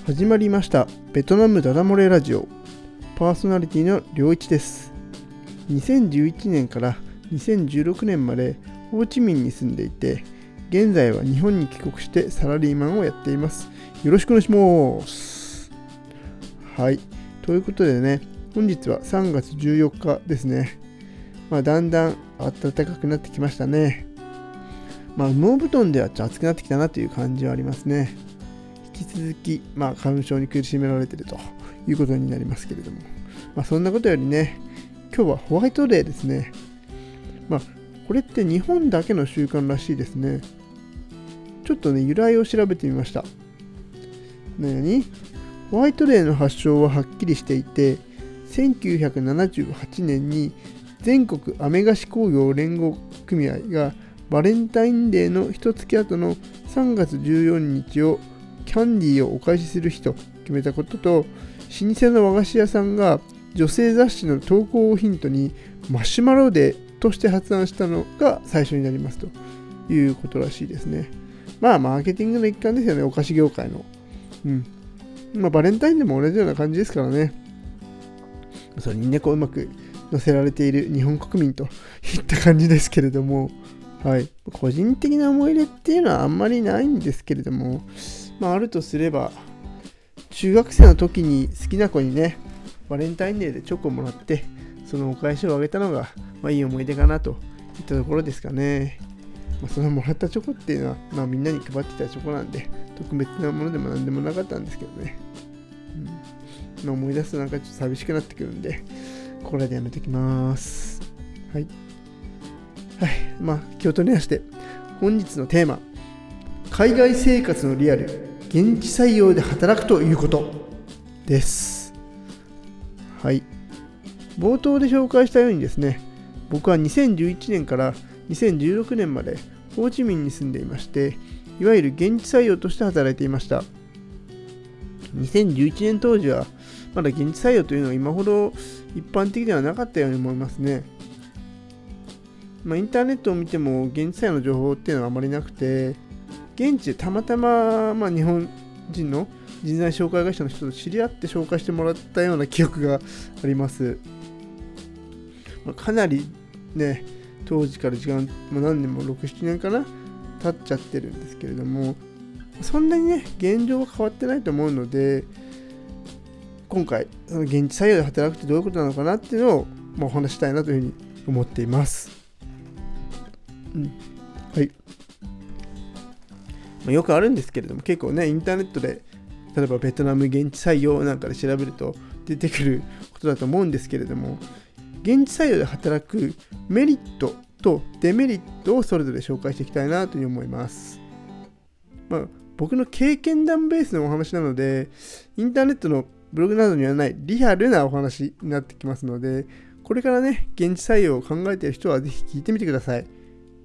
始まりましたベトナムダダ漏れラジオ、パーソナリティの良一です。2011年から2016年までホーチミンに住んでいて、現在は日本に帰国してサラリーマンをやっています。よろしくお願いします。はい、ということでね、本日は3月14日ですね。だんだん暖かくなってきましたね。羽毛布団では暑くなってきたなという感じはありますね。引き続き、花粉症に苦しめられているということになりますけれども、そんなことよりね、今日はホワイトデーですね。これって日本だけの習慣らしいですね。ちょっとね、由来を調べてみました。ホワイトデーの発祥ははっきりしていて、1978年に全国アメ菓子工業連合組合がバレンタインデーの一月後の3月14日をキャンディーをお返しする日と決めたことと、老舗の和菓子屋さんが女性雑誌の投稿をヒントにマシュマロデーとして発案したのが最初になりますということらしいですね。マーケティングの一環ですよね、お菓子業界の。バレンタインでも同じような感じですからね。それにね、うまく載せられている日本国民といった感じですけれども、個人的な思い入れっていうのはあんまりないんですけれども、あるとすれば、中学生の時に好きな子にね、バレンタインデーでチョコをもらって、そのお返しをあげたのが、いい思い出かなといったところですかね。そのもらったチョコっていうのは、みんなに配ってたチョコなんで、特別なものでも何でもなかったんですけどね。思い出すとなんかちょっと寂しくなってくるんで、これでやめてきます。気を取り出して、本日のテーマ、海外生活のリアル、現地採用で働くということです。冒頭で紹介したようにですね、僕は2011年から2016年までホーチミンに住んでいまして、いわゆる現地採用として働いていました。2011年当時はまだ現地採用というのは今ほど一般的ではなかったように思いますね。インターネットを見ても現地採用の情報っていうのはあまりなくて、現地でたまたま、日本人の人材紹介会社の人と知り合って紹介してもらったような記憶があります。かなりね、当時から時間、何年も6、7年かな経っちゃってるんですけれども、そんなにね、現状は変わってないと思うので、今回、その現地採用で働くってどういうことなのかなっていうのを、お話したいなというふうに思っています。よくあるんですけれども、結構ね、インターネットで例えばベトナム現地採用なんかで調べると出てくることだと思うんですけれども、現地採用で働くメリットとデメリットをそれぞれ紹介していきたいなというふうに思います。僕の経験談ベースのお話なので、インターネットのブログなどにはないリアルなお話になってきますので、これからね、現地採用を考えている人はぜひ聞いてみてください。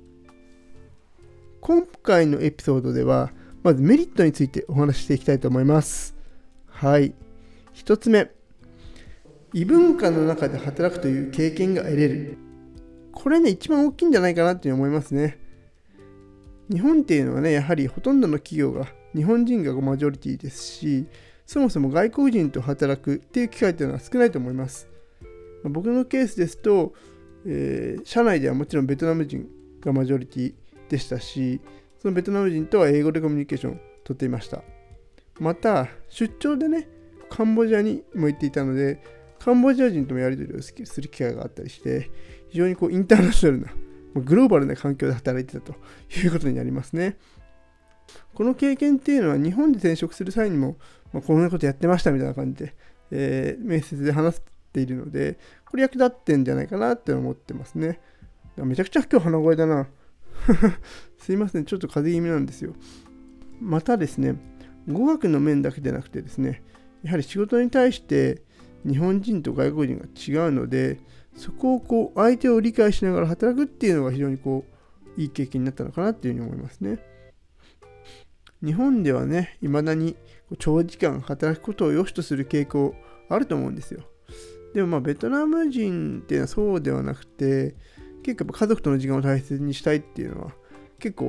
今回のエピソードでは、まずメリットについてお話ししていきたいと思います。一つ目、異文化の中で働くという経験が得れる。これね、一番大きいんじゃないかなと思いますね。日本っていうのはね、やはりほとんどの企業が日本人がマジョリティですし、そもそも外国人と働くっていう機会っていうのは少ないと思います。僕のケースですと、社内ではもちろんベトナム人がマジョリティでしたし、そのベトナム人とは英語でコミュニケーションをとっていました。また出張でね、カンボジアにも行っていたので、カンボジア人ともやり取りをする機会があったりして、非常にインターナショナルなグローバルな環境で働いていたということになりますね。この経験っていうのは日本で転職する際にも、こんなことやってましたみたいな感じで、面接で話しているので、これ役立ってんじゃないかなって思ってますね。めちゃくちゃ今日鼻声だなすいません、ちょっと風邪気味なんですよ。またですね、語学の面だけでなくてですね、やはり仕事に対して日本人と外国人が違うので、そこを相手を理解しながら働くっていうのが非常にいい経験になったのかなっていうふうに思いますね。日本ではね、未だに長時間働くことを良しとする傾向あると思うんですよ。でもベトナム人っていうのはそうではなくて、結構家族との時間を大切にしたいっていうのは結構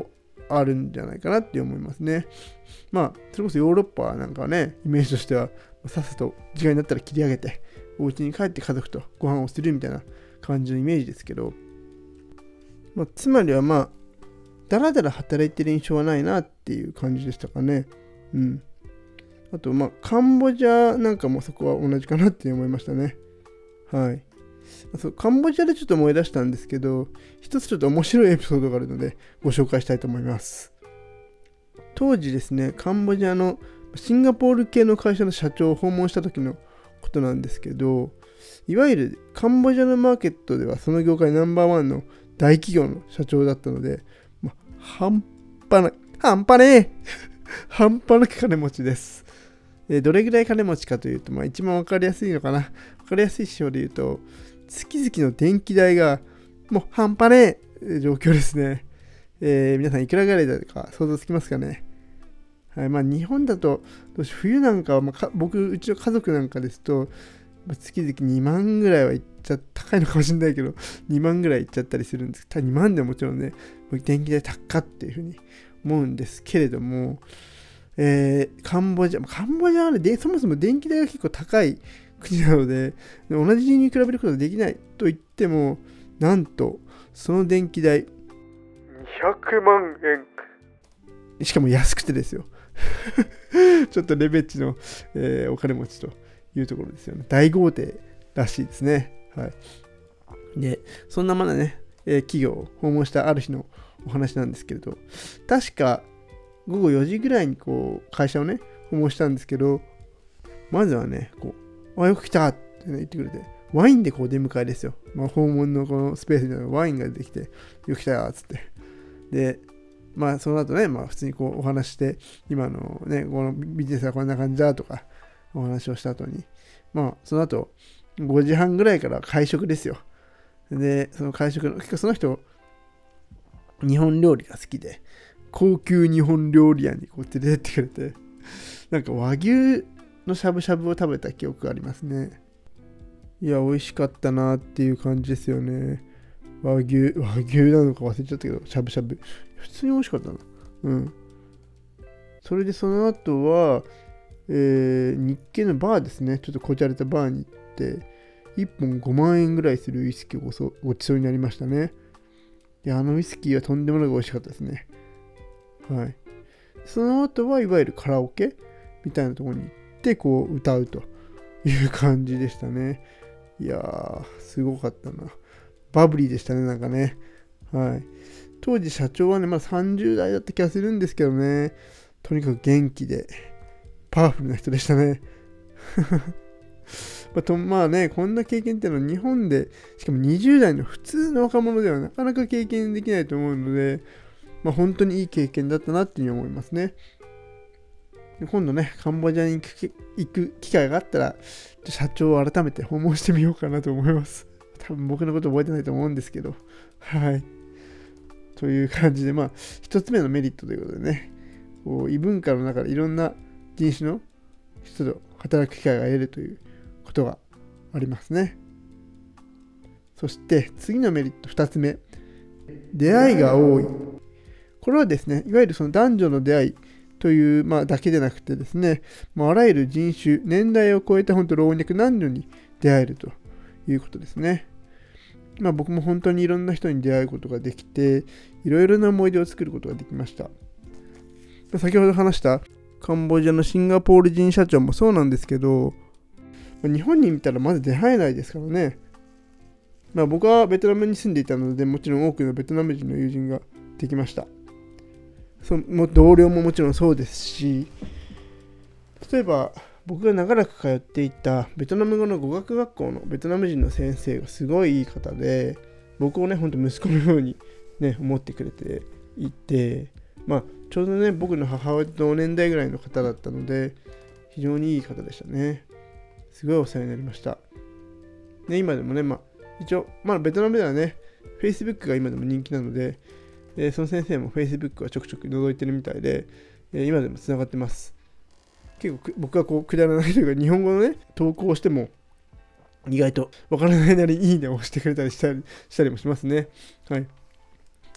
あるんじゃないかなって思いますね。まあそれこそヨーロッパなんかはね、イメージとしてはさっさと時間になったら切り上げてお家に帰って家族とご飯をするみたいな感じのイメージですけど、つまりはだらだら働いてる印象はないなっていう感じでしたかね。あとカンボジアなんかもそこは同じかなって思いましたね。はい。そう、カンボジアでちょっと思い出したんですけど、一つちょっと面白いエピソードがあるのでご紹介したいと思います。当時ですね、カンボジアのシンガポール系の会社の社長を訪問した時のことなんですけど、いわゆるカンボジアのマーケットではその業界ナンバーワンの大企業の社長だったので、半端なく金持ちです。どれぐらい金持ちかというと、一番わかりやすいのかな。わかりやすい指標で言うと、月々の電気代がもう半端ねえ状況ですね。皆さんいくらぐらいだか想像つきますかね。はい、日本だと冬なんかは、僕うちの家族なんかですと月々2万ぐらいはいっちゃ高いのかもしれないけど2万ぐらいいっちゃったりするんです。ただ2万でもちろんね電気代高っっていうふうに思うんですけれども、カンボジアはねそもそも電気代が結構高い国なので同じに比べることができないと言っても、なんとその電気代200万円、しかも安くてですよちょっとレベッジの、お金持ちというところですよね。大豪邸らしいですね。はい。で、そんなね、企業を訪問したある日のお話なんですけれど、確か午後4時ぐらいに会社をね、訪問したんですけど、まずはね、よく来たって、言ってくれて、ワインで出迎えですよ。訪問のこのスペースでワインが出てきて、よく来たよっつって。で、その後ね、普通にお話して、今のね、このビジネスはこんな感じだとか、お話をした後に、その後、5時半ぐらいから会食ですよ。で、その会食の、結構その人、日本料理が好きで、高級日本料理屋に連れてってくれて、なんか和牛のしゃぶしゃぶを食べた記憶がありますね。いや、美味しかったなっていう感じですよね。和牛なのか忘れちゃったけど、しゃぶしゃぶ。普通に美味しかったな。それでその後は、日系のバーですね。ちょっとこじゃれたバーに行って、1本5万円ぐらいするウイスキーをごちそうになりましたね。で、あのウイスキーはとんでもなく美味しかったですね。はい。その後はいわゆるカラオケみたいなところに行って歌うという感じでしたね。いやー、すごかったな。バブリーでしたね、なんかね。はい。当時社長はね、30代だった気がするんですけどね、とにかく元気でパワフルな人でしたね。こんな経験っていうのは日本で、しかも20代の普通の若者ではなかなか経験できないと思うので、本当にいい経験だったなっていうふうに思いますね。今度ね、カンボジアに行く機会があったら、社長を改めて訪問してみようかなと思います。多分僕のこと覚えてないと思うんですけど。はい。という感じで、一つ目のメリットということでね、異文化の中でいろんな人種の人と働く機会が得るということがありますね。そして次のメリット2つ目、出会いが多い。これはですね、いわゆるその男女の出会いという、だけでなくてですね、あらゆる人種、年代を超えた本当老若男女に出会えるということですね。僕も本当にいろんな人に出会うことができて、いろいろな思い出を作ることができました。先ほど話したカンボジアのシンガポール人社長もそうなんですけど、日本に見たらまず出会えないですからね。僕はベトナムに住んでいたので、もちろん多くのベトナム人の友人ができました。同僚ももちろんそうですし、例えば僕が長らく通っていたベトナム語の語学学校のベトナム人の先生がすごいいい方で、僕をね、本当息子のようにね、思ってくれていて、ちょうどね、僕の母親と同年代ぐらいの方だったので、非常にいい方でしたね。すごいお世話になりました。で、今でもね、一応、ベトナムではね、Facebook が今でも人気なので、その先生も Facebook はちょくちょく覗いてるみたいで、今でもつながってます。結構僕はくだらないというか、日本語のね、投稿をしても、意外とわからないなりいいねを押してくれたりしたりもしますね。はい。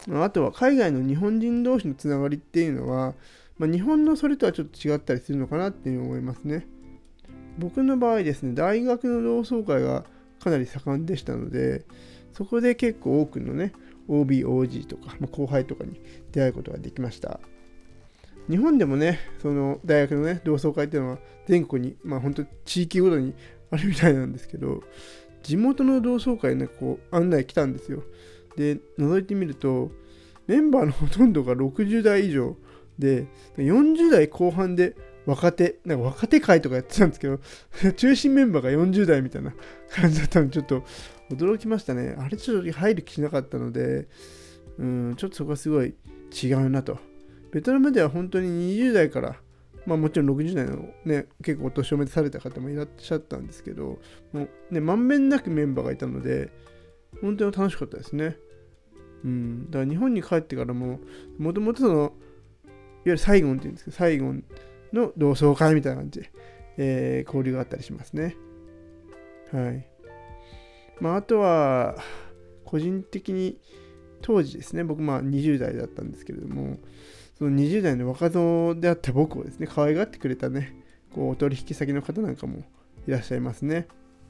あとは海外の日本人同士のつながりっていうのは、日本のそれとはちょっと違ったりするのかなっていうふうに思いますね。僕の場合ですね、大学の同窓会がかなり盛んでしたので、そこで結構多くのね、OB、OG とか、後輩とかに出会うことができました。日本でもね、その大学のね、同窓会っていうのは全国に、本当地域ごとにあるみたいなんですけど、地元の同窓会こう案内来たんですよ。で、覗いてみると、メンバーのほとんどが60代以上で、40代後半で若手会とかやってたんですけど、中心メンバーが40代みたいな感じだったので、ちょっと驚きましたね。あれちょっと入る気しなかったので、ちょっとそこはすごい違うなと。ベトナムでは本当に20代から、もちろん60代のね、結構お年を召された方もいらっしゃったんですけど、もうね、まんべんなくメンバーがいたので、本当に楽しかったですね。だから日本に帰ってからもともといわゆるサイゴンっていうんですけど、サイゴンの同窓会みたいな感じで、交流があったりしますね。はい。あとは、個人的に当時ですね、僕20代だったんですけれども、その20代の若造であった僕をですね、可愛がってくれたね、お取引先の方なんかもいらっしゃいますね。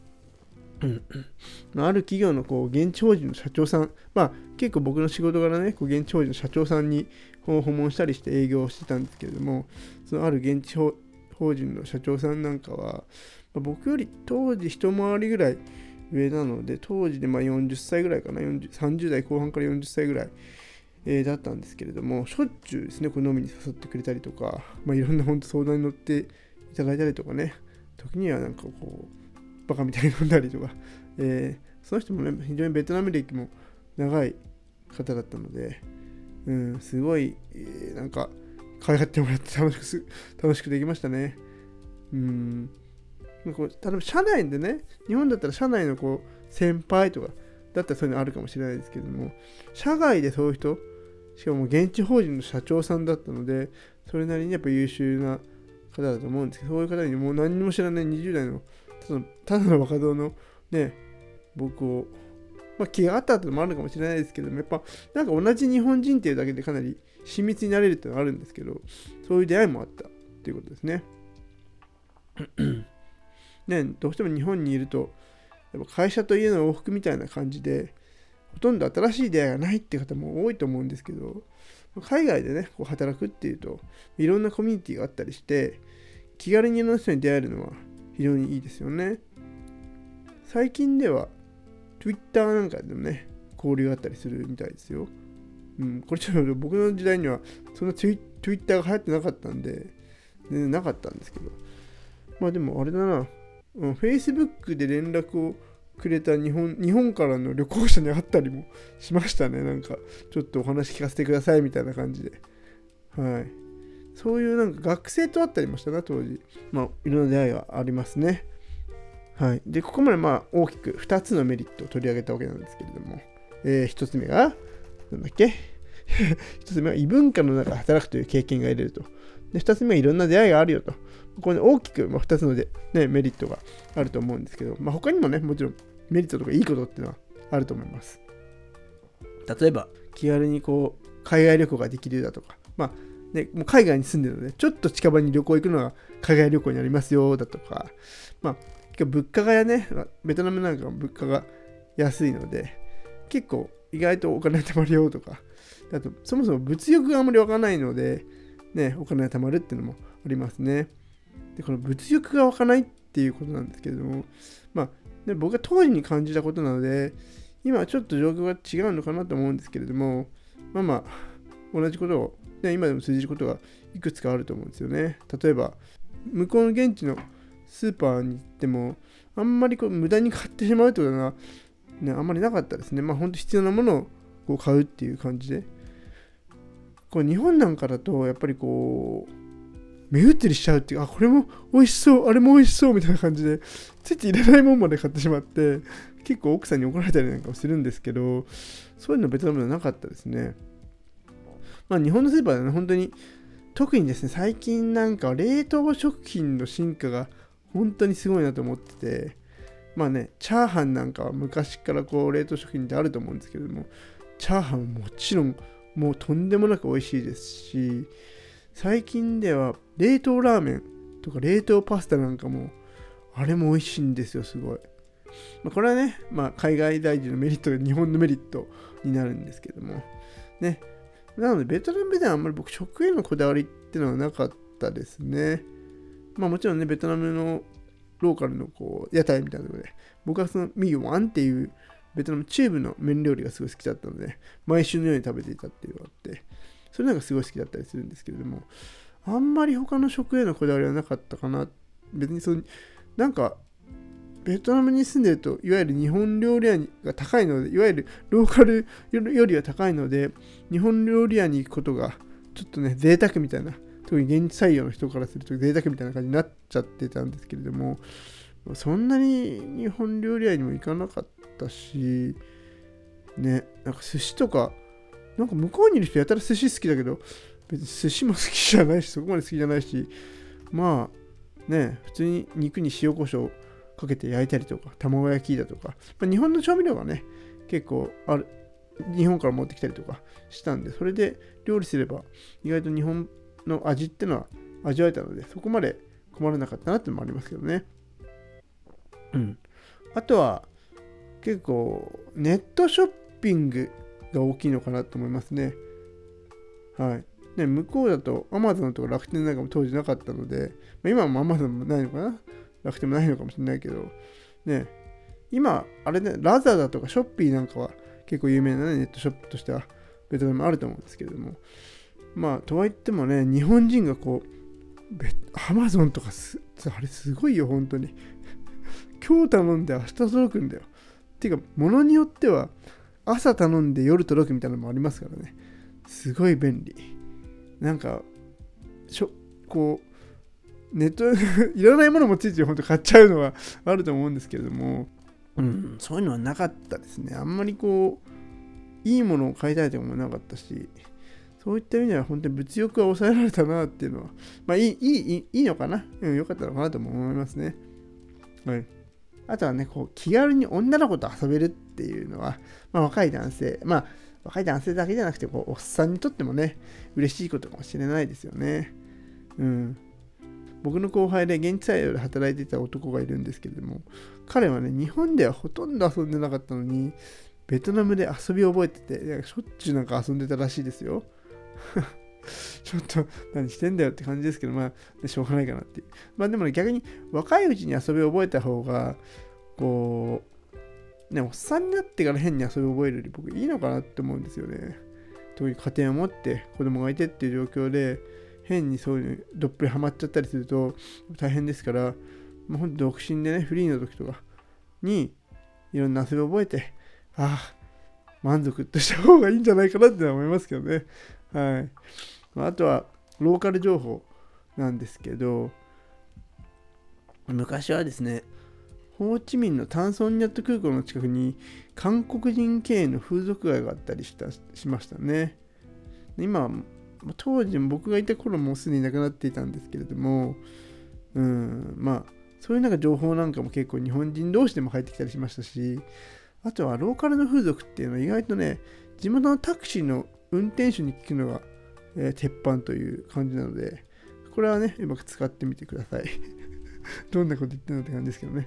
ある企業の現地法人の社長さん、結構僕の仕事柄ね、現地法人の社長さんに訪問したりして営業をしてたんですけれども、そのある現地法人の社長さんなんかは、僕より当時一回りぐらい上なので、当時で40歳ぐらいかな、30代後半から40歳ぐらい、だったんですけれども、しょっちゅうですね、飲みに誘ってくれたりとか、いろんな本当相談に乗っていただいたりとかね、時にはバカみたいに飲んだりとか、その人もね、非常にベトナム歴も長い方だったので、すごい、可愛がってもらって楽しくできましたね。例えば社内でね、日本だったら社内の先輩とかだったらそういうのあるかもしれないですけども、社外でそういう人、しかも現地法人の社長さんだったので、それなりにやっぱ優秀な方だと思うんですけど、そういう方にもう何にも知らない20代のただの若造のね、僕を、気があったってのもあるかもしれないですけども、やっぱ同じ日本人っていうだけでかなり親密になれるっていうのがあるんですけど、そういう出会いもあったっていうことですね。ね、どうしても日本にいると、やっぱ会社と家の往復みたいな感じで、ほとんど新しい出会いがないっていう方も多いと思うんですけど、海外でね、働くっていうと、いろんなコミュニティがあったりして、気軽にいろんな人に出会えるのは非常にいいですよね。最近では Twitter なんかでもね、交流があったりするみたいですよ。これちょっと僕の時代にはそんな Twitter が流行ってなかったんで、全然なかったんですけど。でもあれだな、Facebook で連絡をくれた日本からの旅行者に会ったりもしましたね。ちょっとお話聞かせてくださいみたいな感じで。はい。そういう学生と会ったりもしたな、当時。いろんな出会いがありますね。はい。で、ここまで大きく2つのメリットを取り上げたわけなんですけれども、1つ目が、なんだっけ1つ目は異文化の中で働くという経験が得れると。で、2つ目はいろんな出会いがあるよと。ここに大きく2つのメリットがあると思うんですけど、他にもね、もちろんメリットとかいいことっていうのはあると思います。例えば、気軽に海外旅行ができるだとか、もう海外に住んでるので、ちょっと近場に旅行行くのが海外旅行になりますよだとか、物価がね、ベトナムなんかは物価が安いので、結構意外とお金貯まるよとか、あとそもそも物欲があんまり湧かないので、ね、お金が貯まるっていうのもありますね。で、この物欲が湧かないっていうことなんですけれども、僕が当時に感じたことなので、今はちょっと状況が違うのかなと思うんですけれども、同じことを、今でも通じることがいくつかあると思うんですよね。例えば、向こうの現地のスーパーに行っても、あんまり無駄に買ってしまうというのは、あんまりなかったですね。本当必要なものを買うっていう感じで。日本なんかだと、やっぱり目移りしちゃうっていう、これも美味しそう、あれも美味しそうみたいな感じで、ついていらないもんまで買ってしまって、結構奥さんに怒られたりなんかもするんですけど、そういうのベトナムではなかったですね。日本のスーパーでね、本当に、特にですね、最近なんか冷凍食品の進化が本当にすごいなと思ってて、チャーハンなんかは昔から冷凍食品ってあると思うんですけれども、 チャーハンももちろんもうとんでもなく美味しいですし、最近では冷凍ラーメンとか冷凍パスタなんかもあれも美味しいんですよ、すごい。これはね、海外在住のメリットが日本のメリットになるんですけどもね。なのでベトナムではあんまり僕食へのこだわりっていうのはなかったですね。もちろんね、ベトナムのローカルの屋台みたいなところで、僕はそのミーワンっていうベトナムチューブの麺料理がすごい好きだったので、毎週のように食べていたっていうのがあって、それなんかすごい好きだったりするんですけれども、あんまり他の食へのこだわりはなかったかな。別になんかベトナムに住んでると、いわゆる日本料理屋が高いので、いわゆるローカルよりは高いので、日本料理屋に行くことがちょっとね、贅沢みたいな、特に現地採用の人からすると贅沢みたいな感じになっちゃってたんですけれども、そんなに日本料理屋にも行かなかったし、ね、なんか寿司とか、なんか向こうにいる人やたら寿司好きだけど、別に寿司も好きじゃないし、そこまで好きじゃないし、普通に肉に塩コショウかけて焼いたりとか、卵焼きだとか、日本の調味料がね、結構ある、日本から持ってきたりとかしたんで、それで料理すれば意外と日本の味ってのは味わえたので、そこまで困らなかったなってのもありますけどね。あとは結構ネットショッピングが大きいのかなと思いますね。向こうだと Amazon とか楽天なんかも当時なかったので、今も Amazon もないのかな、楽天もないのかもしれないけど、今、あれね、ラザダとかショッピーなんかは結構有名な、ネットショップとしてはベトナムあると思うんですけれども、とはいってもね、日本人がAmazon とかあれすごいよ、本当に。今日頼んで明日届くんだよ。っていうか、物によっては朝頼んで夜届くみたいなのもありますからね。すごい便利。なんか、ネットいらないものもついて本当買っちゃうのはあると思うんですけれども、そういうのはなかったですね。あんまりいいものを買いたいとかもなかったし、そういった意味では本当に物欲は抑えられたなっていうのは、いいのかな、良かったのかなとも思いますね。あとはね、気軽に女の子と遊べるっていうのは、若い男性だけじゃなくて、おっさんにとってもね、嬉しいことかもしれないですよね。僕の後輩で現地採用で働いていた男がいるんですけれども、彼はね、日本ではほとんど遊んでなかったのに、ベトナムで遊び覚えてて、しょっちゅうなんか遊んでたらしいですよ。ちょっと何してんだよって感じですけど、しょうがないかなっていう。でもね、逆に若いうちに遊び覚えた方が、おっさんになってから変に遊び覚えるより僕いいのかなって思うんですよね。特に家庭を持って子供がいてっていう状況で、変にそういうどっぷりハマっちゃったりすると大変ですから、ほんと独身でね、フリーの時とかにいろんな遊び覚えて、満足とした方がいいんじゃないかなって思いますけどね。あとはローカル情報なんですけど、昔はですね、ホーチミンのタンソンニャット空港の近くに韓国人経営の風俗街があったりしましたね。今、当時僕がいた頃もうすでになくなっていたんですけれども、そういう情報なんかも結構日本人同士でも入ってきたりしましたし、あとはローカルの風俗っていうのは意外とね、地元のタクシーの運転手に聞くのが、鉄板という感じなので、これはね、うまく使ってみてください。どんなこと言ってるのって感じですけどね。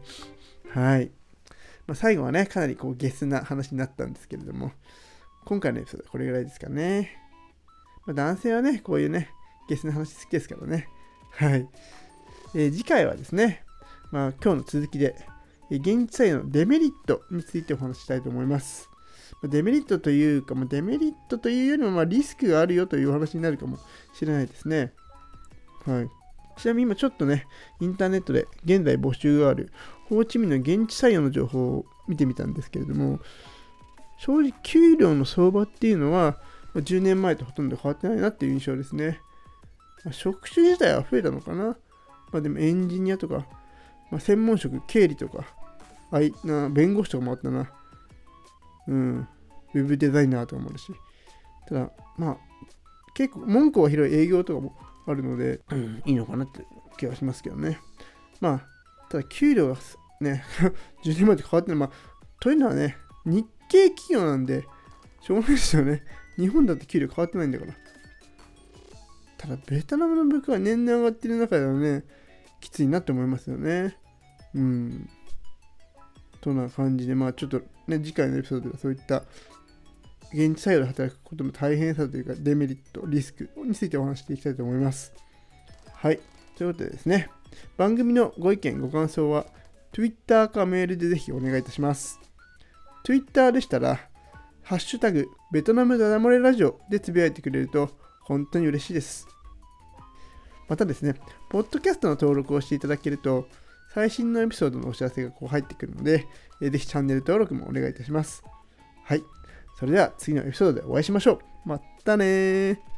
最後はね、かなりゲスな話になったんですけれども、今回のエピソードはこれぐらいですかね。男性はね、こういうね、ゲスな話好きですからね。次回はですね、今日の続きで、現地採用のデメリットについてお話ししたいと思います。デメリットというか、デメリットというよりもリスクがあるよというお話になるかもしれないですね。ちなみに今ちょっとね、インターネットで現在募集があるホーチミンの現地採用の情報を見てみたんですけれども、正直給料の相場っていうのは10年前とほとんど変わってないなっていう印象ですね。職種自体は増えたのかな。でもエンジニアとか、専門職、経理とか、弁護士とかもあったな。ウェブデザイナーとかもあるし。ただ、結構門戸は広い営業とかもあるので、いいのかなって気がしますけどね。ただ給料がね、10年前と変わってない。というのはね、日系企業なんで、 しょうがないですよね。日本だって給料変わってないんだから。ただ、ベトナムの物価が年々上がってる中ではね、きついなって思いますよね。とな感じで、ちょっとね、次回のエピソードではそういった現地採用で働くことの大変さというか、デメリット、リスクについてお話していきたいと思います。はい。ということでですね、番組のご意見、ご感想は、Twitter かメールでぜひお願いいたします。Twitter でしたら、ハッシュタグ、ベトナムダダ漏れラジオでつぶやいてくれると、本当に嬉しいです。またですね、ポッドキャストの登録をしていただけると、最新のエピソードのお知らせが入ってくるので、ぜひチャンネル登録もお願いいたします。はい。それでは次のエピソードでお会いしましょう。またねー。